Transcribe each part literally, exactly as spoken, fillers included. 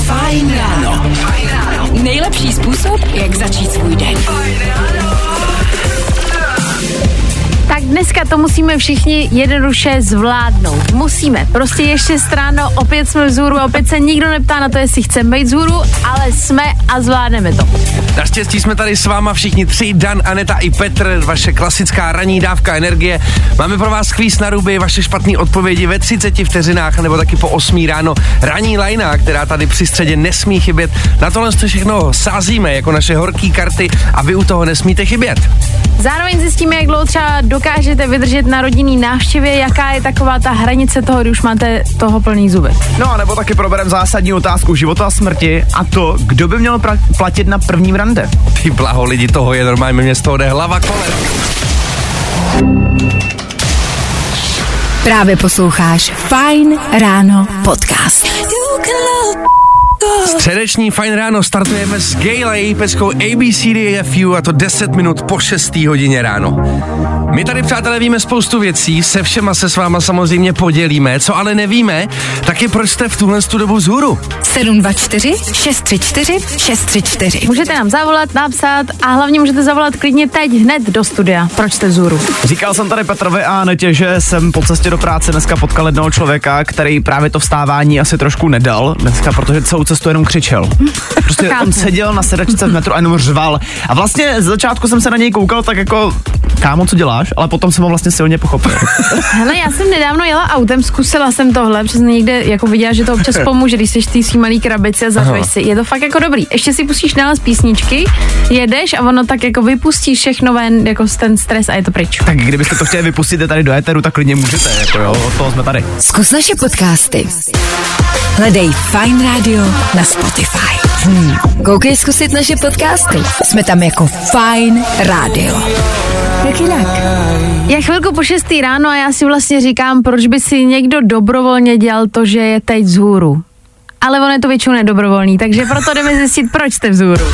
Fajn ráno. Nejlepší způsob, jak začít svůj den. Tak dneska to musíme všichni jednoduše zvládnout. Musíme. Prostě ještě ráno, opět jsme vzhůru, opět se nikdo neptá na to, jestli chceme být vzhůru, ale jsme a zvládneme to. Naštěstí jsme tady s váma všichni tři, Dan, Aneta i Petr, vaše klasická ranní dávka energie. Máme pro vás kvíz na ruby, vaše špatné odpovědi ve třiceti vteřinách, nebo taky po osmý ráno. Ranní lajna, která tady při středě nesmí chybět. Na tohle to všechno sázíme jako naše horký karty a vy u toho nesmíte chybět. Zároveň zjistíme, jak dlouho třeba dokážete vydržet na rodinný návštěvě, jaká je taková ta hranice toho, kdy už máte toho plný zuby. No a nebo taky probereme zásadní otázku života a smrti a to, kdo by měl pra- platit na prvním rande. Ty blaho, lidi, toho je normálně, mě z toho jde hlava kolem. Právě posloucháš Fajn ráno podcast. Středeční Fajn ráno startujeme s Gayle a její peckou A B C D F U a to deset minut po šesté hodině ráno. My tady, přátelé, víme spoustu věcí, se všema se s váma samozřejmě podělíme, co ale nevíme, tak je proč jste v tuhle dobu vzhůru. sedm dva čtyři šest tři čtyři šest tři čtyři. Můžete nám zavolat, napsat a hlavně můžete zavolat klidně teď hned do studia. Proč jste vzhůru? Říkal jsem tady Petrovi a Anetě, že jsem po cestě do práce dneska potkal jednoho člověka, který právě to vstávání asi trošku nedal dneska, protože celou cestu jenom křičel. Prostě on seděl na sedačce v metru a jenom řval. A vlastně z začátku jsem se na něj koukal tak jako, kámo, co děláš? Ale potom jsem ho vlastně silně pochopil. Hele, já jsem nedávno jela autem, zkusila jsem tohle, přesně někde jako viděla, že to občas pomůže, když jsi v té svý malý krabici a zařveš si. Je to fakt jako dobrý. Ještě si pustíš nález písničky, jedeš a ono tak jako vypustí všechno ven, jako ten stres a je to pryč. Tak kdybyste to chtěli vypustit tady do éteru, tak klidně můžete, jako jo, od toho jsme tady. Zkus naše podcasty. Hledej Fajn Radio na Spotify. Hmm. Koukej zkusit naše podcasty. Jsme tam jako Fajn Radio. Jak jinak? Je chvilku po šestý ráno a já si vlastně říkám, proč by si někdo dobrovolně dělal to, že je teď vzhůru. Ale ono je to většinou nedobrovolný, takže proto jdeme zjistit, proč jste vzhůru.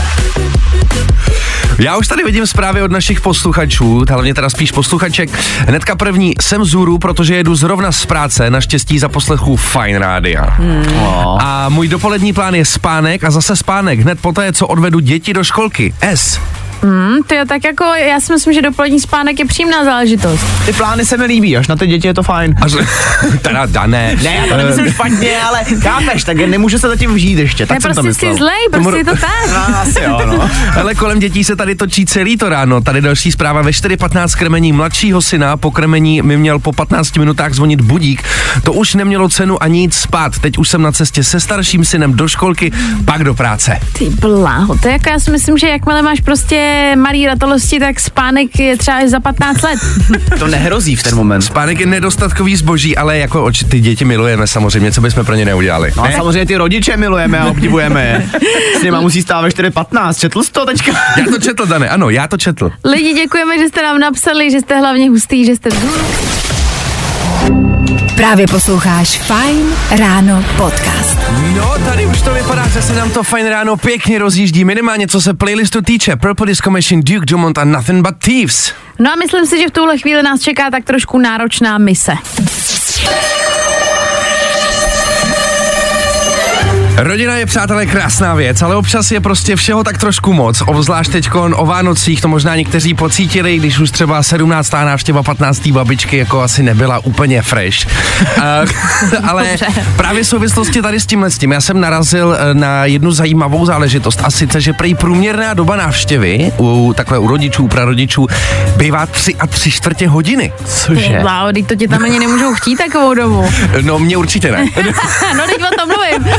Já už tady vidím zprávy od našich posluchačů, hlavně teda spíš posluchaček. Hnedka první, jsem vzhůru, protože jedu zrovna z práce, naštěstí za poslechu Fajn rádia. Hmm. A můj dopolední plán je spánek a zase spánek, hned poté, co odvedu děti do školky. S. Hmm, to je tak jako, já si myslím, že dopolední spánek je příjemná záležitost. Ty plány se mi líbí, až na ty děti je to fajn. Až, teda dané. Ne, já to nemyslím špatně, ale chápeš, tak nemůže se zatím vžít ještě, tak ne, jsem to prostě myslel. jsi zlej, prostě je to tak. No, asi jo, no. Ale kolem dětí se tady točí celý to ráno. Tady další zpráva ve čtyři patnáct krmení mladšího syna. Po krmení mi měl po patnácti minutách zvonit budík. To už nemělo cenu ani jít spát. Teď už jsem na cestě se starším synem do školky, pak do práce. Ty bláho, to je jako já si myslím, že jakmile máš prostě malý ratolosti, tak spánek je třeba až za patnáct let. To nehrozí v ten moment. Spánek je nedostatkový zboží, ale jako oči, ty děti milujeme samozřejmě, co bychom pro ně neudělali. No a samozřejmě ty rodiče milujeme a obdivujeme je. S nima musí stát ve čtyři patnáct. Četl jsi to teďka? Já to četl, Dane, ano, já to četl. Lidi, děkujeme, že jste nám napsali, že jste hlavně hustý, že jste vzhůru. Právě posloucháš Fajn ráno podcast. No, tady už to vypadá, že se nám to Fajn ráno pěkně rozjíždí. Minimálně co se playlistu týče. Purple Disco Machine, Duke Dumont a Nothing But Thieves. No a myslím si, že v tuhle chvíli nás čeká tak trošku náročná mise. Rodina je, přátelé, krásná věc, ale občas je prostě všeho tak trošku moc. Obzvlášť teďkon o Vánocích to možná někteří pocítili, když už třeba sedmnáctá návštěva patnácté babičky jako asi nebyla úplně fresh. uh, ale právě v souvislosti tady s tímhle s tím, já jsem narazil na jednu zajímavou záležitost a sice, že prý průměrná doba návštěvy u takhle u rodičů, prarodičů bývá tři a tři čtvrtě hodiny. Cože? Bláho, teď to tě tam ani nemůžou chtít takovou dobu. No, mě určitě ne. No, teď o tom mluvím.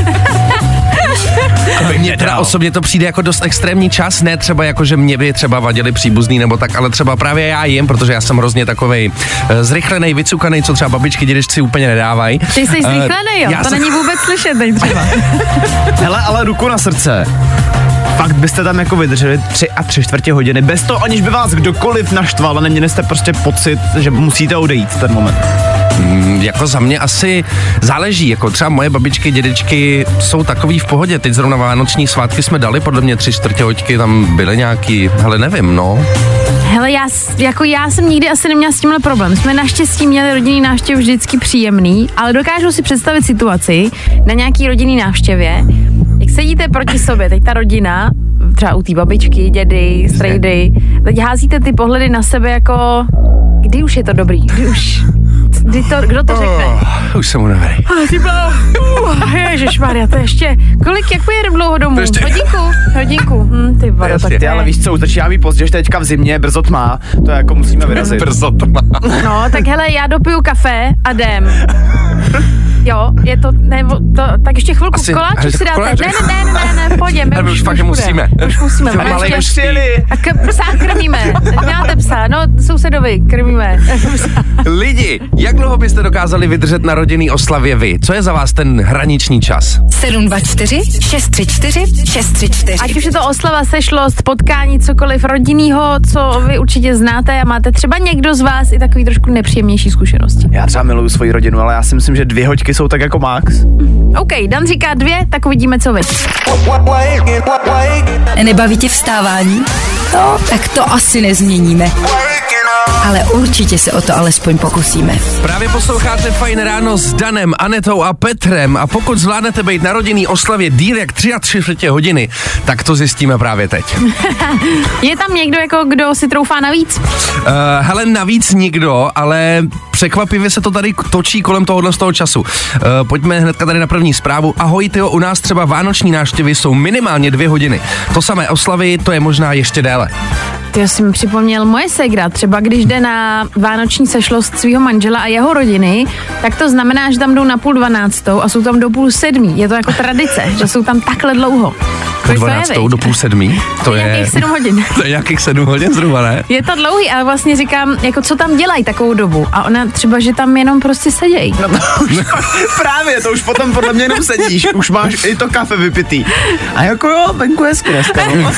Mně teda osobně to přijde jako dost extrémní čas, ne třeba jako, že mě by třeba vadili příbuzný nebo tak, ale třeba právě já jim, protože já jsem hrozně takovej uh, zrychlenej, vycukanej, co třeba babičky, dědečci úplně nedávají. Ty jsi uh, zrychlenej, jo? To jsem... není vůbec slyšet teď třeba. Hele, ale ruku na srdce. Fakt byste tam jako vydrželi tři a tři čtvrtě hodiny, bez toho, aniž by vás kdokoliv naštval, ale neměli jste prostě pocit, že musíte odejít v ten moment. Mm, jako za mě asi záleží, jako třeba moje babičky, dědečky jsou takový v pohodě, teď zrovna vánoční svátky jsme dali, podle mě tři čtvrtě hoďky tam byly nějaký, hele nevím, no. Hele, já, jako já jsem nikdy asi neměla s tímhle problém. Jsme naštěstí měli rodinný návštěv vždycky příjemný, ale dokážu si představit situaci na nějaký rodinný návštěvě, jak sedíte proti sobě, teď ta rodina, třeba u té babičky, dědy, strejdy, teď házíte ty pohledy na sebe jako, kdy už je to dobrý, kdy už, kdy to, kdo to řekne? Oh, už jsem unavený. Ah, ty byla, uh, ježišmarja, to ještě, kolik, jak pojedem dlouho domů? Ještě... Hodinku, hodinku, hm, ty vado, tak Ty, ale víš co, už začíná být pozdě, že teďka v zimě, brzo tma, to jako musíme vyrazit. Brzo tma. No, tak hele, já dopiju kafe a jdem. Jo, je to, ne, to, tak ještě chvilku Asi, v koláčku ale si dáte. koláček. Ne, ne, ne, ne, ne, pojďme, my Ale už, už fakt, že musíme. Už musíme. Ty malej ještě- už Přijeli. A k, psa krmíme. Máte psa, no sousedovi krmíme. Lidi, jak dlouho byste dokázali vydržet na rodinný oslavě vy? Co je za vás ten hraniční čas? sedm dva čtyři šest tři čtyři šest tři čtyři. Ať už je to oslava, sešlost, potkání, cokoliv rodinnýho, co vy určitě znáte a máte třeba někdo z vás i takový trošku nepříjemnější zkušenosti. Já třeba miluju svoji rodinu, ale já si myslím, že dvě hoďky jsou tak jako max. OK, Dan říká dvě, tak uvidíme, co vy. Nebaví tě vstávání? No, tak to asi nezměníme. Ale určitě se o to alespoň pokusíme. Právě posloucháte Fajn ráno s Danem, Anetou a Petrem a pokud zvládnete být na rodinný oslavě díl jak tři a tři čtvrtě hodiny, tak to zjistíme právě teď. Je tam někdo, jako kdo si troufá navíc? Uh, hele, navíc nikdo, ale překvapivě se to tady točí kolem tohohle z toho času. Uh, pojďme hnedka tady na první zprávu. Ahoj, tyjo, u nás třeba vánoční návštěvy jsou minimálně dvě hodiny. To samé oslavy, to je možná ještě déle. Já si mi připomněl moje ségra, třeba když jde na vánoční sešlost svého manžela a jeho rodiny, tak to znamená, že tam jdou na půl dvanáctou a jsou tam do půl sedmí. Je to jako tradice, že jsou tam takhle dlouho. Po dvanáctou do půl sedmí? To je... Nějakých sedm hodin. To je nějakých sedm hodin zhruba, ne? Je to dlouhý, ale vlastně říkám, jako co tam dělají takovou dobu. A ona třeba, že tam jenom prostě sedějí. No to už, právě, to už potom podle mě jenom sedíš, už máš i to kafe vypitý. A jako jo, venku hezky dneska. No.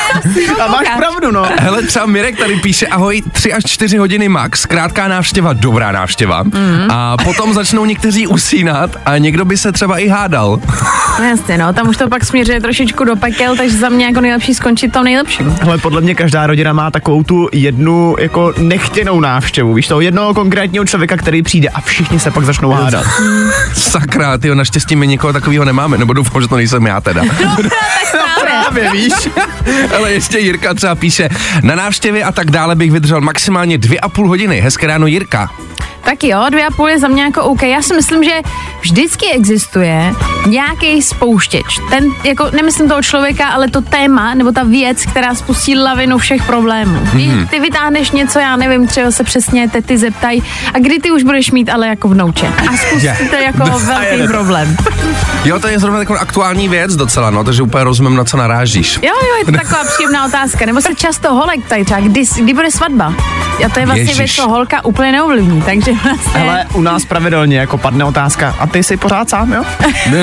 A máš pravdu, no. Hele, třeba Mirek tady píše, ahoj, tři až čtyři hodiny max, krátká návštěva, dobrá návštěva. Mm. A potom začnou někteří usínat a někdo by se třeba i hádal. No jasně, no, tam už to pak směřuje trošičku do pekel, takže za mě jako nejlepší skončit to nejlepším. Ale podle mě každá rodina má takovou tu jednu jako nechtěnou návštěvu, víš, toho jednoho konkrétního člověka, který přijde a všichni se pak začnou hádat. Sakra, tyjo, naštěstí my někoho takového nemáme, nebo doufám, že to nejsem já teda. No, tak Právě, víš. Ale ještě Jirka třeba píše, na návštěvě a tak dále bych vydržel maximálně dvě a půl hodiny. Hezké ráno, Jirka. Tak jo, dvě a půl je za mě jako OK. Já si myslím, že vždycky existuje nějaký spouštěč. Ten, jako nemyslím toho člověka, ale to téma, nebo ta věc, která spustí lavinu všech problémů. Mm-hmm. Ty vytáhneš něco, já nevím, třeba se přesně tety zeptají, a kdy ty už budeš mít ale jako vnouče. A spustíte yeah. jako velký problém. Jo, to je zrovna taková aktuální věc docela, no, takže úplně rozumím, na co narážíš. Jo, jo, je to taková příjemná otázka. Nebo se často holek tady třeba, kdy, kdy bude svatba? A to je vlastně Ježiš. věc, co holka úplně neovlivní, takže vlastně... Ale u nás pravidelně jako padne otázka, a ty jsi pořád sám, jo?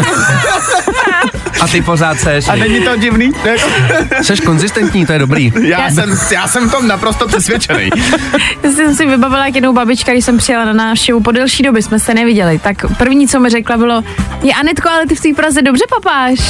A ty pořád seš. A není to divný? Seš konzistentní, to je dobrý. Já, já jsem, já jsem v tom naprosto přesvědčený. Já jsem si vybavila, jak jednou babička, když jsem přijela na návštěvu, po delší době jsme se neviděli, tak první, co mi řekla, bylo, je Anetko, ale ty v té Praze dobře papáš.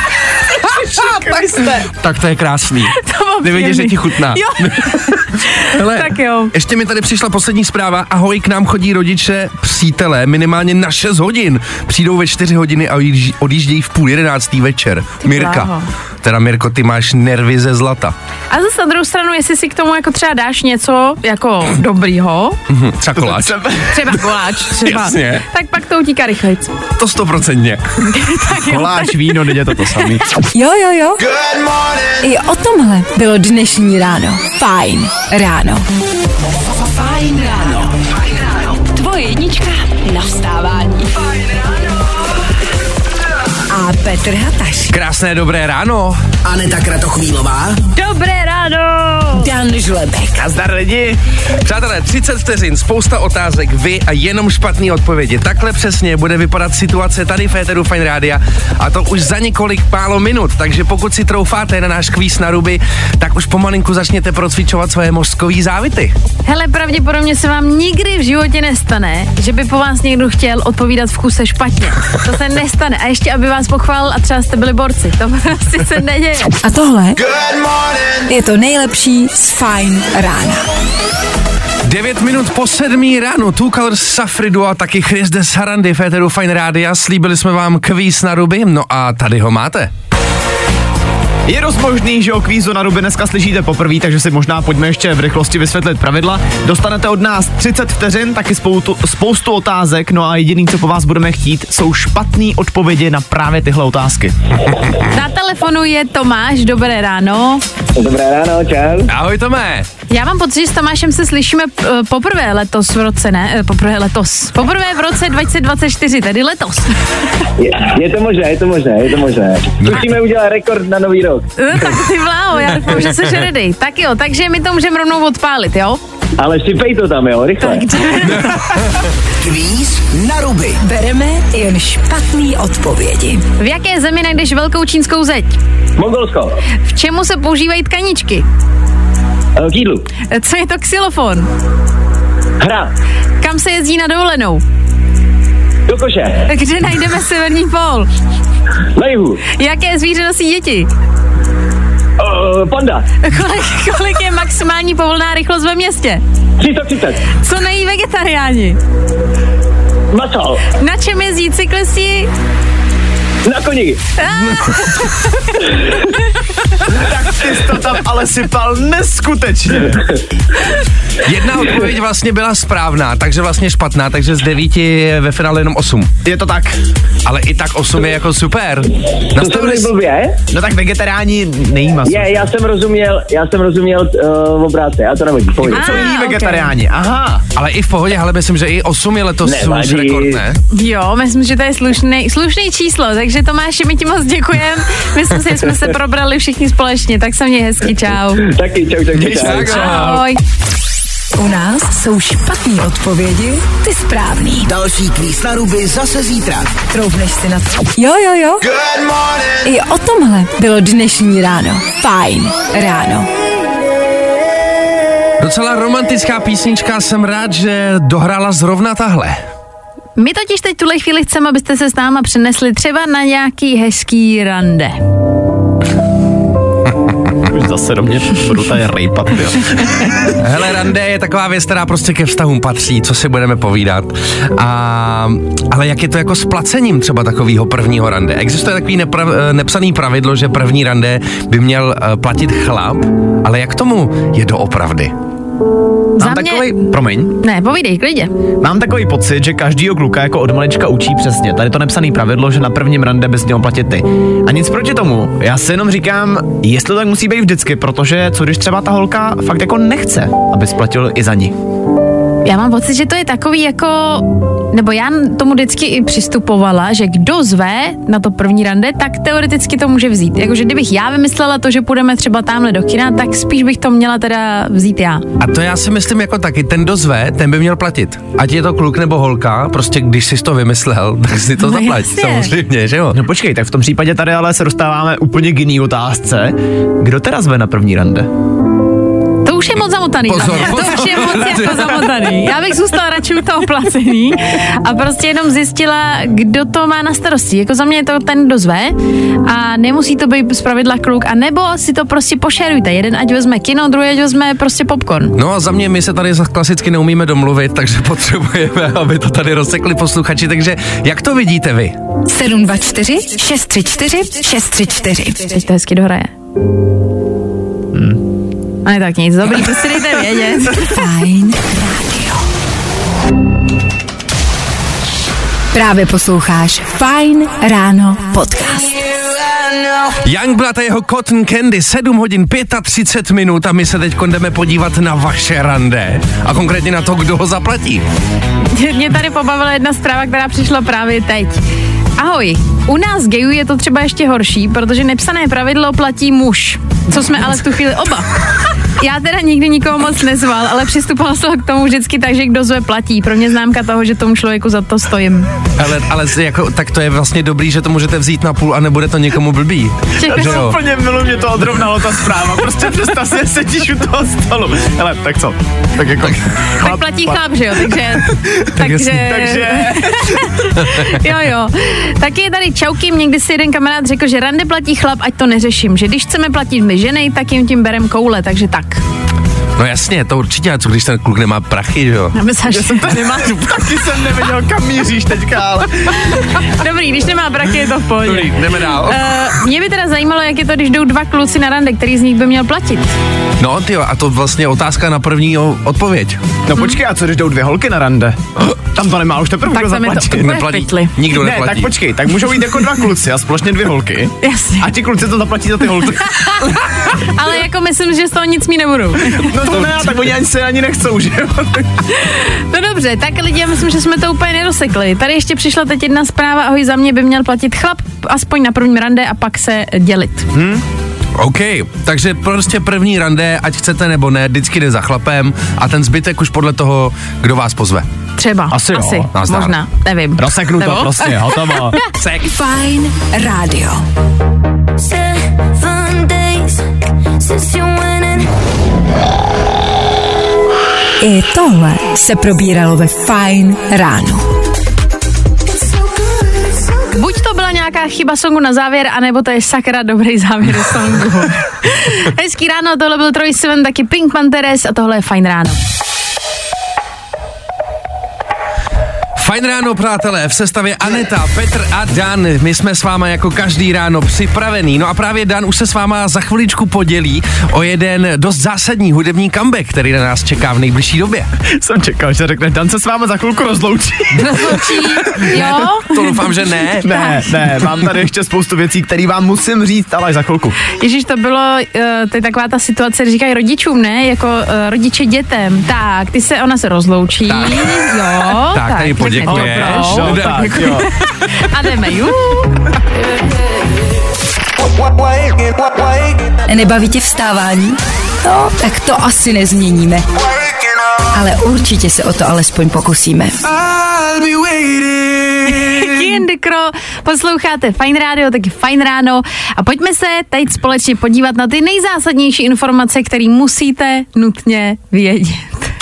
tak, tak to je krásný. To Nevidíš, že ti chutná. Jo. Hele, Tak jo. ještě mi tady přišla poslední zpráva. Ahoj, k nám chodí rodiče, přítelé, minimálně na šest hodin. Přijdou ve čtyři hodiny a odjíž- odjíždějí v půl jedenáctý večer. Mirka. bláho. Teda Mirko, ty máš nervy ze zlata. A zase na druhou stranu, jestli si k tomu jako třeba dáš něco jako dobrýho, Hm, třeba koláč. třeba koláč, třeba, Jasně. tak pak to utíká rychlejc. To stoprocentně. Tak jo. Koláč, víno, teď je to to samý. Jo, jo, jo. I o tomhle bylo dnešní ráno. Fajn ráno. Fajn ráno. Tvoje jednička na vstávání. A Petr Hataš. Krásné dobré ráno. Aneta Kratochvílová. Dobré ráno! Dan Žlebek. Nazdar lidi. Přátelé, třicet vteřin, spousta otázek, vy a jenom špatný odpovědi. Takhle přesně bude vypadat situace tady v éteru Fajn rádia a to už za několik málo minut, takže pokud si troufáte na náš kvíz na ruby, tak už pomalinku začněte procvičovat svoje mozkový závity. Hele, pravděpodobně se vám nikdy v životě nestane, že by po vás někdo chtěl odpovídat v kuse špatně. To se nestane. A ještě, aby vás pochválil a třeba jste byli borci. To prostě se neděje. A tohle je to nejlepší z Fajn rána. Devět minut po sedmý ráno, Two Colors, Safridu a taky Chris de Sarandy v éteru Fajn rádia. Slíbili jsme vám kvíz na ruby, no a tady ho máte. Je dost možný, že o kvízu na ruby dneska slyšíte poprvé, takže si možná pojďme ještě v rychlosti vysvětlit pravidla. Dostanete od nás třicet vteřin, taky spoustu, spoustu otázek, no a jediný, co po vás budeme chtít, jsou špatné odpovědi na právě tyhle otázky. Na telefonu je Tomáš, dobré ráno. Dobré ráno, čau. Ahoj Tomé. Já mám pocit, že s Tomášem se slyšíme uh, poprvé letos v roce, ne? Uh, poprvé letos. Poprvé v roce dva tisíce dvacet čtyři, tedy letos. Je, je to možné, je to možné, je to možné. Musíme udělat rekord na nový rok. No, tak ty vláho, já doufám, že jsi ready. Tak jo, takže my to můžeme rovnou odpálit, jo? Ale sypej to tam, jo, rychle. Kvíz na ruby. Bereme jen špatný odpovědi. V jaké zemi najdeš velkou čínskou zeď? Mongolsko. V čemu se používají tkaničky? K jídlu. Co je to xylofon? Hra. Kam se jezdí na dovolenou? Do koše. Kde najdeme severní pól? Na jihu. Jaké zvíře nosí děti? Uh, panda. Kolik, kolik je maximální povolená rychlost ve městě? tři sta třicet. Co nejí vegetariáni? Maso. Na čem jezdí cyklisti? Na koni. Tak ty jsi to tam ale sypal neskutečně. Jedna odpověď vlastně byla správná, takže vlastně špatná, takže z devíti je ve finále jenom osm. Je to tak. Ale i tak osm je jako super. To Nastavili jsou blbě? No tak vegetariáni nejí maso. Je, já jsem rozuměl, já jsem rozuměl uh, obráce, já to nevadí, pojď. A, Co jí okay. vegetariáni? Aha. Ale i v pohodě, ale myslím, že i osm je letos Nevadí. už rekord, ne? Jo, myslím, že to je slušný, slušný číslo, takže Tomáši, my ti moc děkujem. Myslím si, že jsme se probrali všichni společně, tak se měj hezky, čau. Taky, čau, čau, Měj čau. se, čau. Ahoj. U nás jsou špatný odpovědi, ty správný. Další kvíz na ruby zase zítra. Troufneš si na to? Jo, jo, jo. I o tomhle bylo dnešní ráno. Fajn ráno. Docela romantická písnička, jsem rád, že dohrála zrovna tahle. My totiž teď tuhle chvíli chceme, abyste se s náma přenesli třeba na nějaký hezký rande. Už zase do mě budu tady rejpat, jo. Hele, rande je taková věc, která prostě ke vztahům patří, co si budeme povídat. A, ale jak je to jako s placením třeba takového prvního rande? Existuje takový nepra, nepsaný pravidlo, že první rande by měl platit chlap, ale jak tomu je doopravdy? Za Mám mě... takový, promiň, Ne, povídej, klidně. mám takový pocit, že každýho kluka jako od malička učí přesně. Tady to nepsaný pravidlo, že na prvním rande bys měl platit ty. A nic proti tomu. Já si jenom říkám, jestli to tak musí být vždycky, protože co když třeba ta holka fakt jako nechce, aby splatil i za ní. Já mám pocit, že to je takový jako, nebo já tomu vždycky i přistupovala, že kdo zve na to první rande, tak teoreticky to může vzít. Jakože kdybych já vymyslela to, že půjdeme třeba tamhle do kina, tak spíš bych to měla teda vzít já. A to já si myslím jako taky, ten kdo zve, ten by měl platit. Ať je to kluk nebo holka, prostě když jsi to vymyslel, tak si to No zaplať, jasně. samozřejmě, že jo? No počkej, tak v tom případě tady ale se dostáváme úplně k jiný otázce. Kdo teda zve na první rande? To už je moc zamotaný. Pozor, to pozor. už je moc jako zamotaný. Já bych zůstala radši u toho placení a prostě jenom zjistila, kdo to má na starosti. Jako za mě je to ten, kdo zve a nemusí to být zpravidla kluk, a nebo si to prostě pošerujte. Jeden ať vezme kino, druhý ať vezme prostě popcorn. No a za mě my se tady klasicky neumíme domluvit, takže potřebujeme, aby to tady rozsekli posluchači, takže jak to vidíte vy? sedm dva čtyři šest tři čtyři šest tři čtyři. Teď to hezky dohraje. Hmm. Ale tak nic, dobrý, prostě dejte vědět. Fajn rádio. Právě posloucháš Fajn ráno podcast. Youngblood a jeho Cotton Candy, sedm hodin třicet pět minut a my se teď jdeme podívat na vaše rande. A konkrétně na to, kdo ho zaplatí. Mě tady pobavila jedna zpráva, která přišla právě teď. Ahoj, u nás gayů je to třeba ještě horší, protože nepsané pravidlo platí muž, co jsme ale v tu chvíli oba. Já teda nikdy nikoho moc nezval, ale přistupoval jsem k tomu vždycky tak, že kdo zve platí. Pro mě známka toho, že tomu člověku za to stojím. Ale, ale jako, tak to je vlastně dobrý, že to můžete vzít na půl a nebude to někomu blbý. Čekaj. Že jo? Úplně milu, mě to odrovnalo ta zpráva. Prostě představ si, sedíš u toho stolu. Hele, tak co? Tak jako... Tak platí chlap, že jo, takže... takže... Takže... jo, jo. Taky je tady čauky, někdy si jeden kamarád řekl, že rande platí chlap, ať to neřeším, že když chceme platit my ženy, tak jim tím berem koule, takže tak. No jasně, to určitě, a co když ten kluk nemá prachy, že jo? Já myslím, že To nemá, taky jsem nevěděl, kam míříš teďka, ale... Dobrý, když nemá prachy, je to v pohodě. Dobrý, jdeme dál. Uh, mě by teda zajímalo, jak je to, když jdou dva kluci na rande, který z nich by měl platit. No tyjo, a to vlastně otázka na první o- odpověď. No počkej, a co když jdou dvě holky na rande? Tam to nemá už teprve Tak kdo tam je to zaplatit. úplně v Neplatí, pytli. nikdo Ne, neplatí. tak počkej, tak můžou jít jako dva kluci a společně dvě holky. Jasně. A ti kluci to zaplatí za ty holky. Ale jako myslím, že z toho nic mít nebudou. No to ne, tak oni ani se ani nechcou, že jo? No dobře, tak lidi, já myslím, že jsme to úplně nedosekli. Tady ještě přišla teď jedna zpráva, ahoj, za mě by měl platit chlap, aspoň na prvním rande a pak se dělit. Hm? OK, takže prostě první rande, ať chcete nebo ne, vždycky jde za chlapem a ten zbytek už podle toho, kdo vás pozve. Třeba. Asi jo. Asi. Nazdar. Možná. Nevím. Rozseknu to, Nebo? prostě, hotovo. Sek. Fajn rádio. Seven days since you went in. I tohle se probíralo ve Fajn ráno. Buď to byla nějaká chyba songu na závěr, anebo to je sakra dobrý závěr songu. Hezký ráno, tohle byl Troye Sivan, taky Pink Panthers a tohle je Fajn ráno. Fajn ráno, přátelé, v sestavě Aneta, Petr a Dan. My jsme s váma jako každý ráno připravený. No a právě Dan už se s váma za chviličku podělí o jeden dost zásadní hudební comeback, který na nás čeká v nejbližší době. Jsem čekal, že řekne, Dan se s váma za chvilku rozloučí. Rozloučí, jo? To doufám, že ne. Ne, ne, mám tady ještě spoustu věcí, které vám musím říct, ale až za chvilku. Ježíš, to bylo, uh, to je taková ta situace, kdy říkají rodičům, ne? Jako uh, rodiče dětem. Tak, ty se, ona se rozloučí. Tak. Jo. Tak, tady řekne poděkuješ. dobrou. No, tak, jo. A jdeme, jú. Nebaví tě vstávání? No, tak to asi nezměníme. Ale určitě se o to alespoň pokusíme. Kian Dekro, posloucháte Fajn rádio, taky Fajn ráno a pojďme se teď společně podívat na ty nejzásadnější informace, které musíte nutně vědět.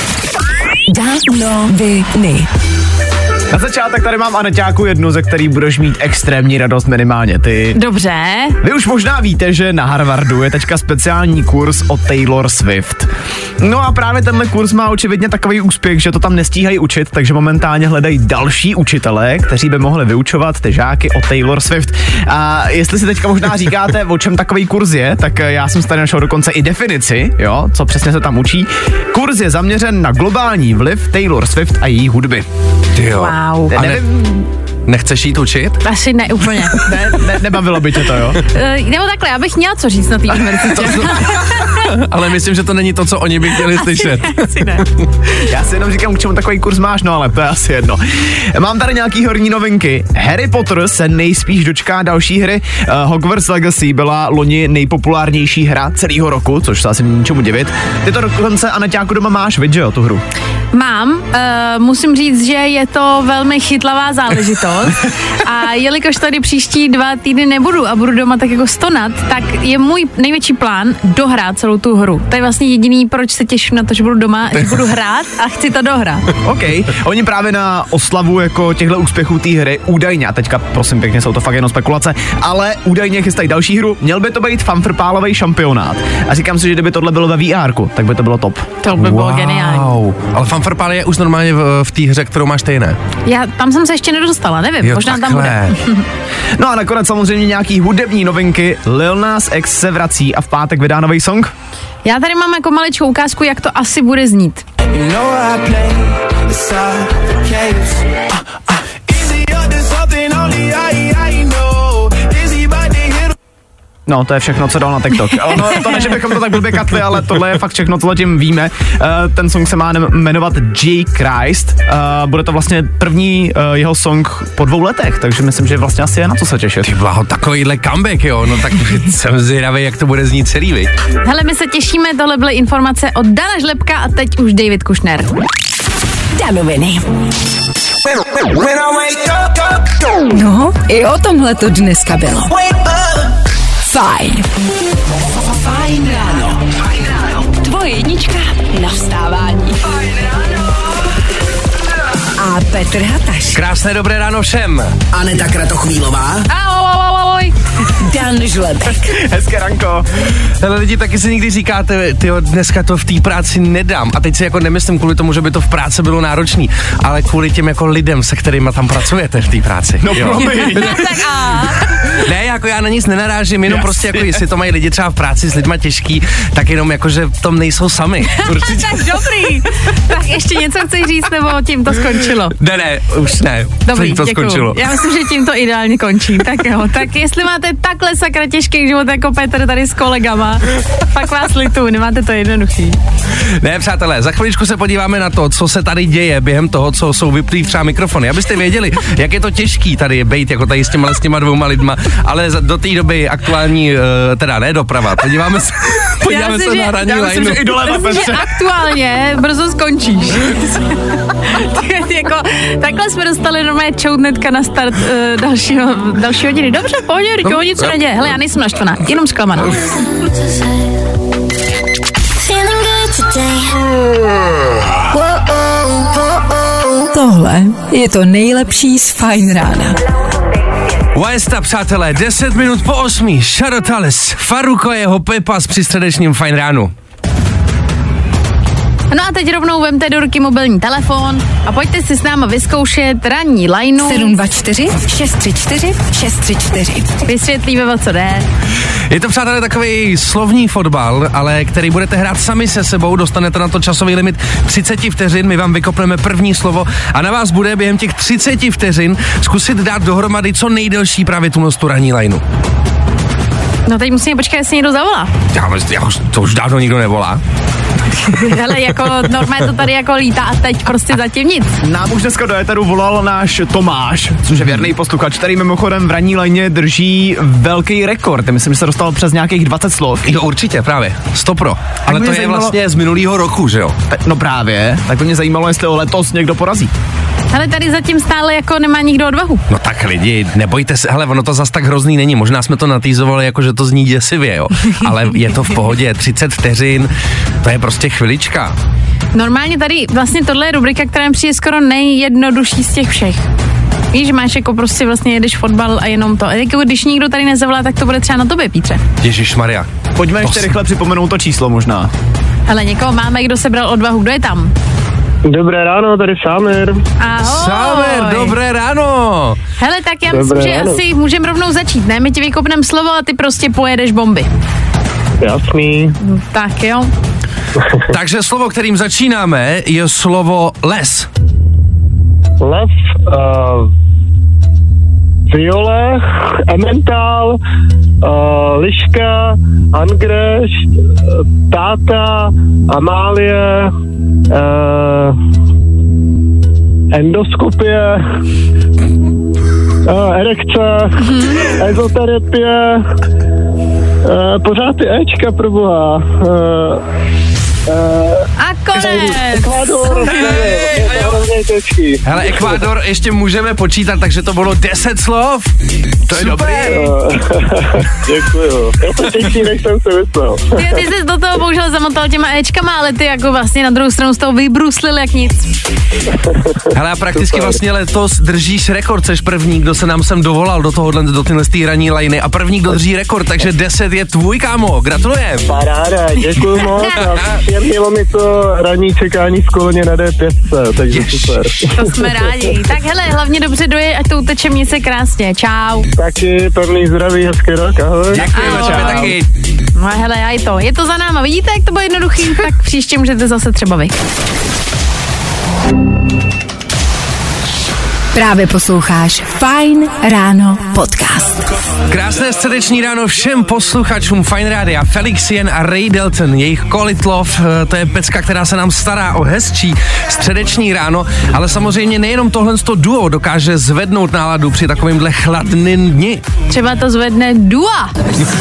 Danoviny. Na začátek tady mám, Aneťáku, jednu, ze který budeš mít extrémní radost minimálně ty. Dobře. Vy už možná víte, že na Harvardu je teďka speciální kurz o Taylor Swift. No a právě tenhle kurz má očividně takový úspěch, že to tam nestíhají učit, takže momentálně hledají další učitelé, kteří by mohli vyučovat ty žáky o Taylor Swift. A jestli si teďka možná říkáte, o čem takový kurz je, tak já jsem tady našel dokonce i definici, jo, co přesně se tam učí. Kurz je zaměřen na globální vliv Taylor Swift a její hudby. Tyjo. Wow. A ne, Nevím, nechceš jít učit? Asi ne úplně. ne, ne, nebavilo by tě to, jo? Uh, nebo takhle, já bych měla co říct na té univerzitě. Ale myslím, že to není to, co oni by chtěli slyšet. Asi ne. Já si jenom říkám, k čemu takový kurz máš, no ale to je asi jedno. Mám tady nějaký horní novinky. Harry Potter se nejspíš dočká další hry. Uh, Hogwarts Legacy byla loni nejpopulárnější hra celého roku, což se asi není ničemu divit. Ty to dokonce, Aneťáku, doma máš, viď, že jo, tu hru? Mám, uh, musím říct, že je to velmi chytlavá záležitost a jelikož tady příští dva týdny nebudu a budu doma tak jako stonat, tak je můj největší plán dohrát celou tu hru. To je vlastně jediný, proč se těším na to, že budu doma, že budu hrát a chci to dohrát. OK. Oni právě na oslavu jako těchto úspěchů té hry údajně, a teďka prosím pěkně, jsou to fakt jenom spekulace, ale údajně chystají další hru. Měl by to být fanfrpálový šampionát. A říkám si, že kdyby tohle bylo ve vé érku, tak by to bylo top. To by bylo geniální. Wow. Ale fanfarpál je už normálně v, v té hře, kterou máš ty, ne? Já tam jsem se ještě nedostala, nevím, Jo, možná tam takhle. bude. No a nakonec samozřejmě nějaký hudební novinky. Lil Nas X se vrací a v pátek vydá nový song. Já tady mám jako maličkou ukázku, jak to asi bude znít. No, to je všechno, co dal na TikTok. No, to ne, že bychom to tak blbě katli, ale tohle je fakt všechno, co zatím víme. Uh, ten song se má jmenovat J. Christ. Uh, bude to vlastně první uh, jeho song po dvou letech, takže myslím, že vlastně asi je na co se těšit. Ty blaho, takovýhle comeback, jo, no tak jsem zvědavý, jak to bude znít celý, viď? Hele, my se těšíme, tohle byly informace od Dana Žlebka a teď už David Kušner. Danoviny. No, i o tomhle to dneska bylo. Fajn. Fajn ráno. Tvoje jednička na vstávání. A Petr Hataš. Krásné dobré ráno všem. Aneta Kratochvílová. Ahoj, ahoj, ahoj. Jan Žlebek. Hezké ranko. Ale lidi, taky si někdy říkáte, tyjo, dneska to v té práci nedám. A teď si jako nemyslím kvůli tomu, že by to v práci bylo náročný, ale kvůli těm jako lidem, se kterými tam pracujete v té práci. No promiň. Tak a... Ne, jako já na nic nenarážím, jenom Jasně. prostě jako jestli to mají lidi třeba v práci s lidma těžký, tak jenom jako, že v tom nejsou sami. Určitě. tak dobrý. Tak ještě něco chceš říct, nebo tím to skončilo? Ne, ne, už ne. Dobrý, Tím to děkuju. skončilo. Já myslím, že tím to ideálně končí. Tak jo, tak jestli máte takhle sakra těžký život jako Petr tady s kolegama, pak vás lituju, nemáte to jednoduchý. Ne, přátelé, za chviličku se podíváme na to, co se tady děje během toho, co jsou vyplý třeba mikrofony. Abyste věděli, jak je to těžký tady bejt, jako tady s těma, s těma dvouma lidma, ale za- do té doby aktuální, uh, teda ne doprava, podíváme se, podíváme se na hraní Já myslím, že lineu. i doleva, Myslím, že Petře. aktuálně brzo skončíš. jako, takhle jsme dostali normálně čoutnetka na start uh, dalšího, další hodiny. Dobře, v pohodě, Riky, no, nic se neděje. Hele, já nejsem naštvaná, jenom zklamaná. Feeling good today. Tohle je to nejlepší z Fajn rána. Westa, přátelé, deset minut po osmi, Shadow Tales, Faruko jeho Pepas při středečním Fajn ránu. No a teď rovnou vemte do ruky mobilní telefon a pojďte si s náma vyzkoušet ranní lineu. sedm dva čtyři šest tři čtyři šest tři čtyři. Vysvětlíme, o co jde. Je to, přátelé, takový slovní fotbal, ale který budete hrát sami se sebou, dostanete na to časový limit třicet vteřin, my vám vykopneme první slovo a na vás bude během těch třicet vteřin zkusit dát dohromady co nejdelší právě tu tu ranní lineu. No teď musíme počkat, jestli někdo zavolá. Já, já už, to už dávno nikdo nevolá. Hele, jako normálně to tady jako lítá a teď prostě zatím nic. Nám už dneska do éteru volal náš Tomáš, což je věrný posluchač, který mimochodem v ranní lajně drží velký rekord. Myslím, že se dostal přes nějakých dvacet slov. Jo, určitě, právě. Stopro. Ale mě to je zajímalo- vlastně z minulého roku, že jo? No právě, tak by mě zajímalo, jestli ho letos někdo porazí. Hele, tady zatím stále jako nemá nikdo odvahu. No tak lidi, nebojte se, hele, ono to zas tak hrozný není, možná jsme to natýzovali jako, že to zní děsivě, jo, ale je to v pohodě, třicet vteřin, to je prostě chvilička. Normálně tady vlastně tohle je rubrika, která mi přijde skoro nejjednodušší z těch všech. Víš, máš jako prostě vlastně jedeš fotbal a jenom to. A jako když nikdo tady nezavolá, tak to bude třeba na tobě, Pítře. Ježišmarja. Pojďme ještě rychle připomenout to číslo možná. Hele, někoho máme, kdo sebral odvahu, kdo je tam? Dobré ráno, tady Sámer. Ahoj. Sámer, dobré ráno. Hele, tak já Dobré myslím, že ráno. asi můžeme rovnou začít, ne? My ti vykopneme slovo a ty prostě pojedeš bomby. Jasný. Tak jo. Takže slovo, kterým začínáme, je slovo les. Les, uh, viole, emmental, uh, liška, angreš, uh, táta, Amálie, uh, endoskopie, uh, erekce, mm-hmm. ezoterapie, uh, pořád ty Ečka, proboha. Uh, uh, A konec. Ekvádor, je to hrozně těžký. Hele, Ekvádor ještě můžeme počítat, takže to bylo deset slov. To je dobrý. Děkuju. Je to těžší, než jsem si myslel. Ty, ty jsi do toho bohužel zamotal těma Ečkama, ale ty jako vlastně na druhou stranu z toho vybruslil jak nic. Hele, a prakticky Super. vlastně letos držíš rekord, seš první, kdo se nám sem dovolal do tohohle, do tyhle stý ranní lajny a první, kdo drží rekord, takže deset je tvůj, kámo, gratulujem. Paráda, děkuju moc a příjemnilo mi to ranní čekání v koloně na D pět, takže super. To jsme rádi. Tak hele, hlavně dobře doje, ať to uteče, mě se krásně. Čau. Taky pevný zdraví, hezký rok, ahoj. Děkujeme Ahoj. tebe taky. No a hele, a je to. Je to za náma. Vidíte, jak to bylo jednoduchý? Tak příště můžete zase třeba vy. Právě posloucháš Fajn ráno podcast. Krásné středeční ráno všem posluchačům Fine Rádia. Felix Jen a Ray Dalton, jejich Call It Love, to je pecka, která se nám stará o hezčí středeční ráno, ale samozřejmě nejenom tohle duo dokáže zvednout náladu při takovýmhle chladným dni. Třeba to zvedne Dua.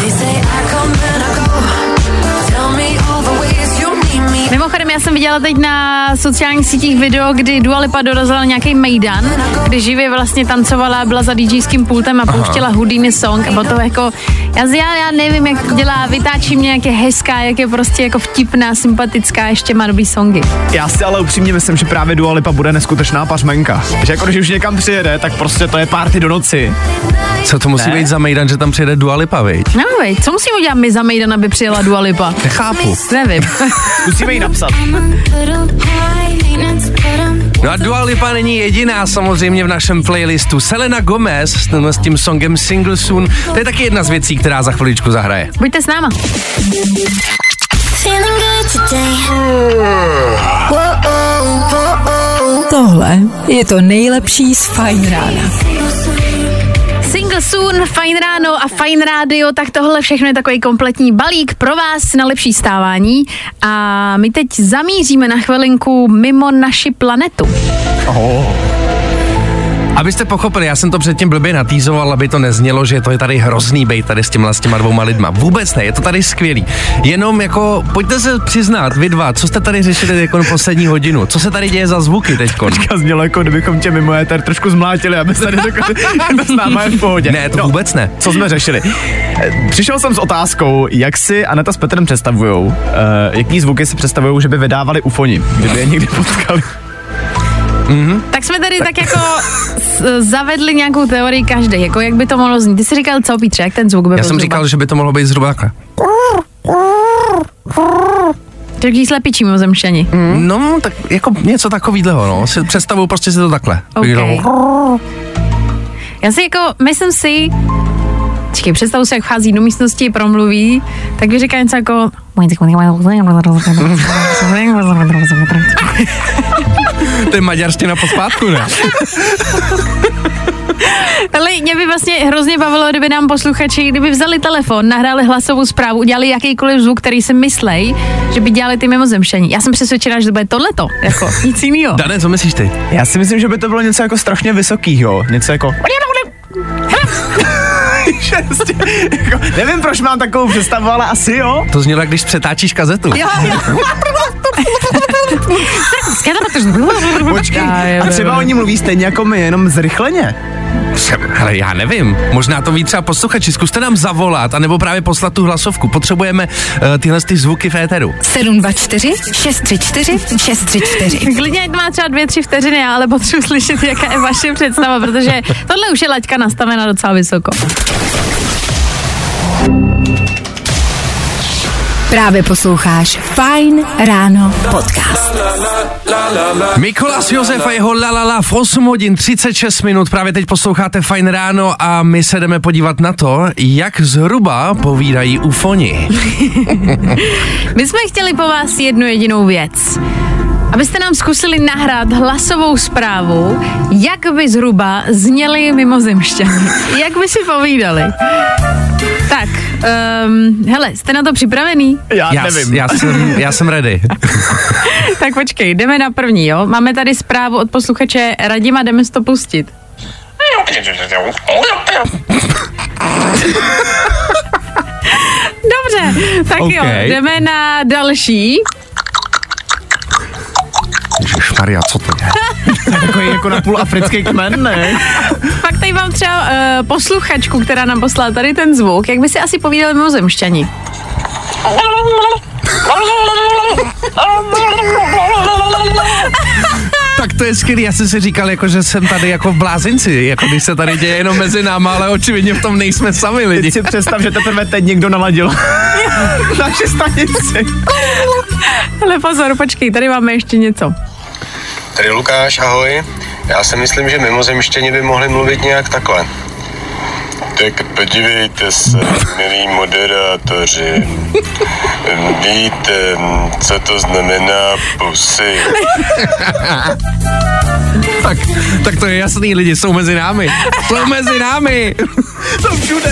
Mimochodem, já jsem viděla teď na sociálních sítích video, kdy Dua Lipa dorazila na nějaký mejdan, kdy živě vlastně tancovala, byla za DJským pultem a pouštěla Houdini song a bylo to jako, Já, já, já nevím, jak to dělá, vytáčí mě, jak je hezká, jak je prostě jako vtipná, sympatická, ještě má dobrý songy. Já si ale upřímně myslím, že právě Dua Lipa bude neskutečná pařmenka. Že jako když už někam přijede, tak prostě to je party do noci. Co to musí ne? být za mejdan, že tam přijede Dua Lipa, viď? No, viď, co musíme udělat my za mejdan, aby přijela Dua Lipa? Nechápu. Nevím. Musíme jí napsat. No a Dua Lipa není jediná samozřejmě v našem playlistu. Selena Gomez s, s tím songem Single Soon, to je taky jedna z věcí, která za chviličku zahraje. Buďte s náma. Tohle je to nejlepší z Fajn rána. Single Soon, Fajn ráno a Fajn rádio, tak tohle všechno je takový kompletní balík pro vás na lepší stávání a my teď zamíříme na chvilinku mimo naši planetu. Oh. Abyste pochopili, já jsem to předtím blbě natýzoval, aby to neznělo, že to je tady hrozný bejt tady s těma, s těma dvouma lidma. Vůbec ne, je to tady skvělý. Jenom jako, pojďte se přiznat, vy dva, co jste tady řešili jako poslední hodinu? Co se tady děje za zvuky teďko? Počka, znělo jako, kdybychom tě mimo éter trošku zmlátili, aby se tady řekli, že s náma je v pohodě. Ne, to no, vůbec ne. Co jsme řešili? Přišel jsem s otázkou, jak si Aneta s Petrem představujou, uh, jaký zvuky si představujou, že by vydávali ufoni, kdyby je někdy potkali. Mm-hmm. Tak jsme tady tak, tak jako s, zavedli nějakou teorii každý, jako jak by to mohlo znít. Ty jsi říkal co, Pítře, jak ten zvuk by byl? Já jsem zhruba? říkal, že by to mohlo být zhruba takhle. Takový slepičí mimozemšťani. Mm. No, tak jako něco takovýhleho, no. Si představuju prostě si to takhle. Okay. Já si jako, myslím si, čekaj, představu si, jak vchází do místnosti a promluví, tak by říká něco jako to je maďarština pospátku, ne? Ale mě by vlastně hrozně bavilo, kdyby nám posluchači, kdyby vzali telefon, nahráli hlasovou zprávu, udělali jakýkoliv zvuk, který si myslej, že by dělali ty mimozemšťani. Já jsem přesvědčená, že to bude tohleto, jako nic jiného. Dane, co myslíš ty? Já si myslím, že by to bylo něco jako strašně vysokýho, něco jako jako, nevím, proč mám takovou představu, ale asi jo. To znělo, když přetáčíš kazetu. Jo. Počkej, a třeba oni mluví stejně jako my, jenom zrychleně. Ale já nevím, možná to ví třeba posluchači, zkuste nám zavolat, anebo právě poslat tu hlasovku, potřebujeme uh, tyhle ty zvuky v éteru. sedm dva čtyři šest tři čtyři šest tři čtyři. Klidně ať má třeba dvě, tři vteřiny, ale potřebuji slyšet, jaká je vaše představa, protože tohle už je laťka nastavena docela vysoko. Právě posloucháš Fajn ráno podcast. Mikolas Josef a jeho lalala v osm hodin třicet šest minut. Právě teď posloucháte Fajn ráno a my se jdeme podívat na to, jak zhruba povídají ufoni. My jsme chtěli po vás jednu jedinou věc. Abyste nám zkusili nahrát hlasovou zprávu, jak by zhruba zněli mimozemšťani. Jak by si povídali. Tak, um, hele, jste na to připravený? Já, já nevím. Já jsem, já jsem ready. Tak počkej, jdeme na první, jo? Máme tady zprávu od posluchače Radima, jdeme si to pustit. Dobře, tak okay. Jo, jdeme na další. Ježišmarja, co to je? To je takový jako napůl africký kmen, ne? Pak tady mám třeba uh, posluchačku, která nám poslala tady ten zvuk. Jak by si asi povídali mimozemšťani? Tak to je skvělý, já jsem si říkal, jako, že jsem tady jako v blázinci, jako když se tady děje jenom mezi náma, ale očividně v tom nejsme sami lidi. Teď si představ, že teprve teď někdo naladil naši stanici. Ale pozor, počkej, tady máme ještě něco. Tady Lukáš, ahoj. Já si myslím, že mimozemštěni by mohli mluvit nějak takhle. Tak podívejte se, milí moderátoři. Víte, co to znamená pusy? tak, tak to je jasný, lidi jsou mezi námi. Jsou mezi námi. Jsou všude.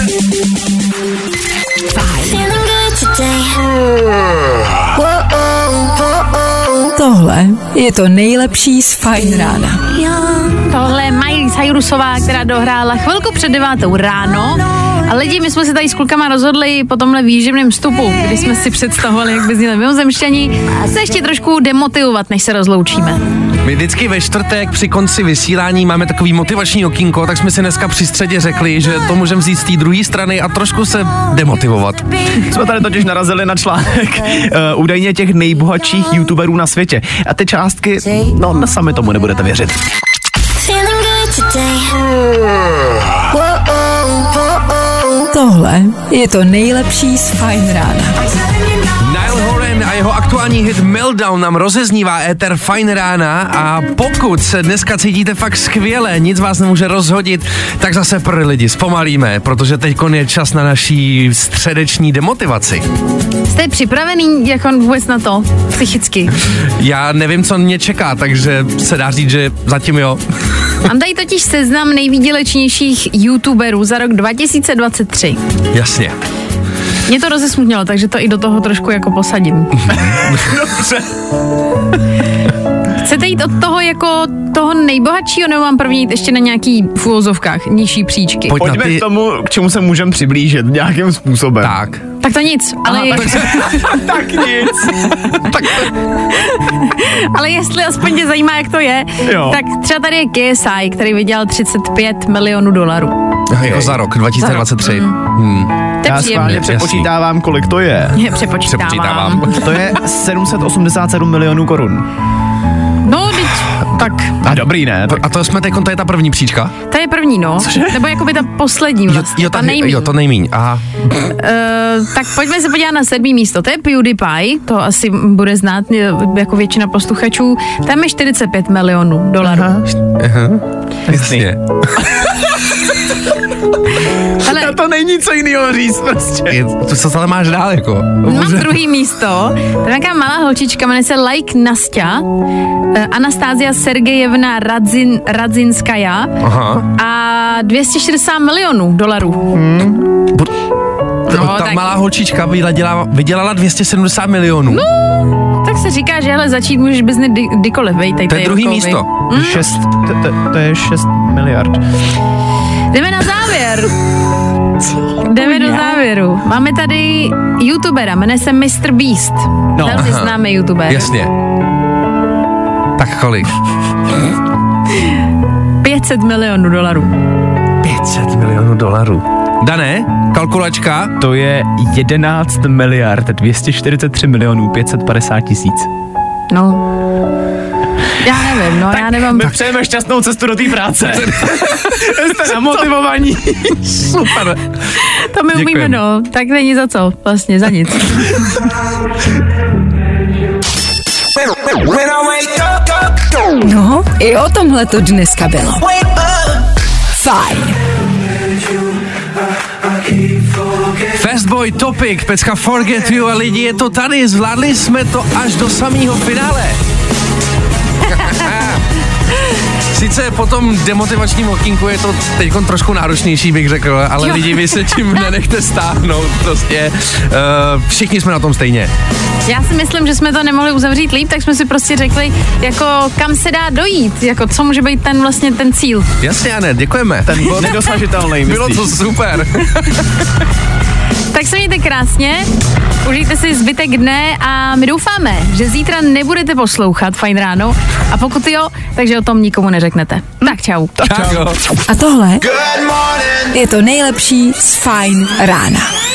Tohle je to nejlepší z Fajn rána. Tohle je Miley Cyrusová, která dohrála chvilku před devátou ráno. A lidi, my jsme se tady s klukama rozhodli po tomhle výživném vstupu, kdy jsme si představovali, jak by zněli mimozemšťani, se ještě trošku demotivovat, než se rozloučíme. My vždycky ve čtvrtek při konci vysílání máme takový motivační okýnko, tak jsme si dneska při středě řekli, že to můžeme vzít z té druhé strany a trošku se demotivovat. Jsme tady totiž narazili na článek uh, údajně těch nejbohatších youtuberů na světě. A ty částky, no sami tomu nebudete věřit. Tohle je to nejlepší z Fajn rána. Niall Horan a jeho aktuální hit Meltdown nám rozeznívá éter Fajn rána a pokud se dneska cítíte fakt skvěle, nic vás nemůže rozhodit, tak zase pro lidi zpomalíme, protože teď je čas na naší středeční demotivaci. Jste připravený jako vůbec na to, psychicky? Já nevím, co mě čeká, takže se dá říct, že zatím jo. Mám tady totiž seznam nejvýdělečnějších youtuberů za rok dva tisíce dvacet tři. Jasně. Mě to rozesmutnilo, takže to i do toho trošku jako posadím. Dobře. Chcete jít od toho jako toho nejbohatšího, nebo mám první jít ještě na nějaký v úvozovkách nižší příčky? Pojď Pojďme ty... k tomu, k čemu se můžeme přiblížit nějakým způsobem. Tak. Tak to nic, ale... Aha, tak, tak nic. tak to... ale jestli aspoň tě zajímá, jak to je, jo. tak třeba tady je K S I, který vydělal třicet pět milionů dolarů. Okay. Jako za rok dva tisíce dvacet tři. Za rok. Hmm. To je Já schválně přepočítávám, kolik to je. Je, přepočítávám. Přepočítávám. To je sedm set osmdesát sedm milionů korun. No, teď, tak. A dobrý, ne? Tak... A to jsme teď, to je ta první příčka? To je první, no. Cože? Nebo jakoby ta poslední vlastně, jo, jo, ta tak, nejmíň. Jo, to nejmíň, aha. Uh, tak pojďme se podívat na sedmý místo. To je PewDiePie, to asi bude znát jako většina posluchačů. Tam je čtyřicet pět milionů dolarů. Aha. Aha. Jasně. Ale a to není co jiného říct prostě. Je, to co ale máš dál, jako? mám druhý místo. To je nějaká malá holčička, jmenuje se Like Nastia, Anastázia Sergejevna Radzin, Radzinskaja. Aha. A dvě stě šedesát milionů dolarů. Hmm. No, ta tak... malá holčička vydělala, vydělala dvě stě sedmdesát milionů. No, tak se říká, že hele, začít můžeš biznes kdy, kdykoliv, vejtej. To je druhý rukou, místo. Mm. Šest, to, to, to je šest miliard. Jdeme na závěr. Jdeme do závěru. Máme tady youtubera, jmenuje se mister Beast. No. Velmi známý youtuber. Jasně. Tak kolik? pět set milionů dolarů. pět set milionů dolarů. Dané, kalkulačka. To je jedenáct miliard dvě stě čtyřicet tři milionů pět set padesát tisíc. No. Já nevím, no, tak já nevím. My přejeme šťastnou cestu do té práce. Jste namotivovaní. Super. To my Děkujem. umíme, no. Tak není za co, vlastně za nic. No, i o tomhle to dneska bylo. Fajn. Fastboy Topic, pecka Forget You a lidi, je to tady, zvládli jsme to až do samého finále. Sice po tom demotivačním okýnku je to teď trošku náročnější, bych řekl, ale jo. Lidi, vy se tím nenechte stáhnout, prostě uh, všichni jsme na tom stejně. Já si myslím, že jsme to nemohli uzavřít líp, tak jsme si prostě řekli, jako kam se dá dojít, jako co může být ten vlastně ten cíl. Jasně, Ane, děkujeme. Ten byl nedosažitelný, bylo to super. Tak se mějte krásně, užijte si zbytek dne a my doufáme, že zítra nebudete poslouchat Fajn ráno a pokud jo, takže o tom nikomu neřeknete. Tak čau. Tak čau. A tohle je to nejlepší z Fajn rána.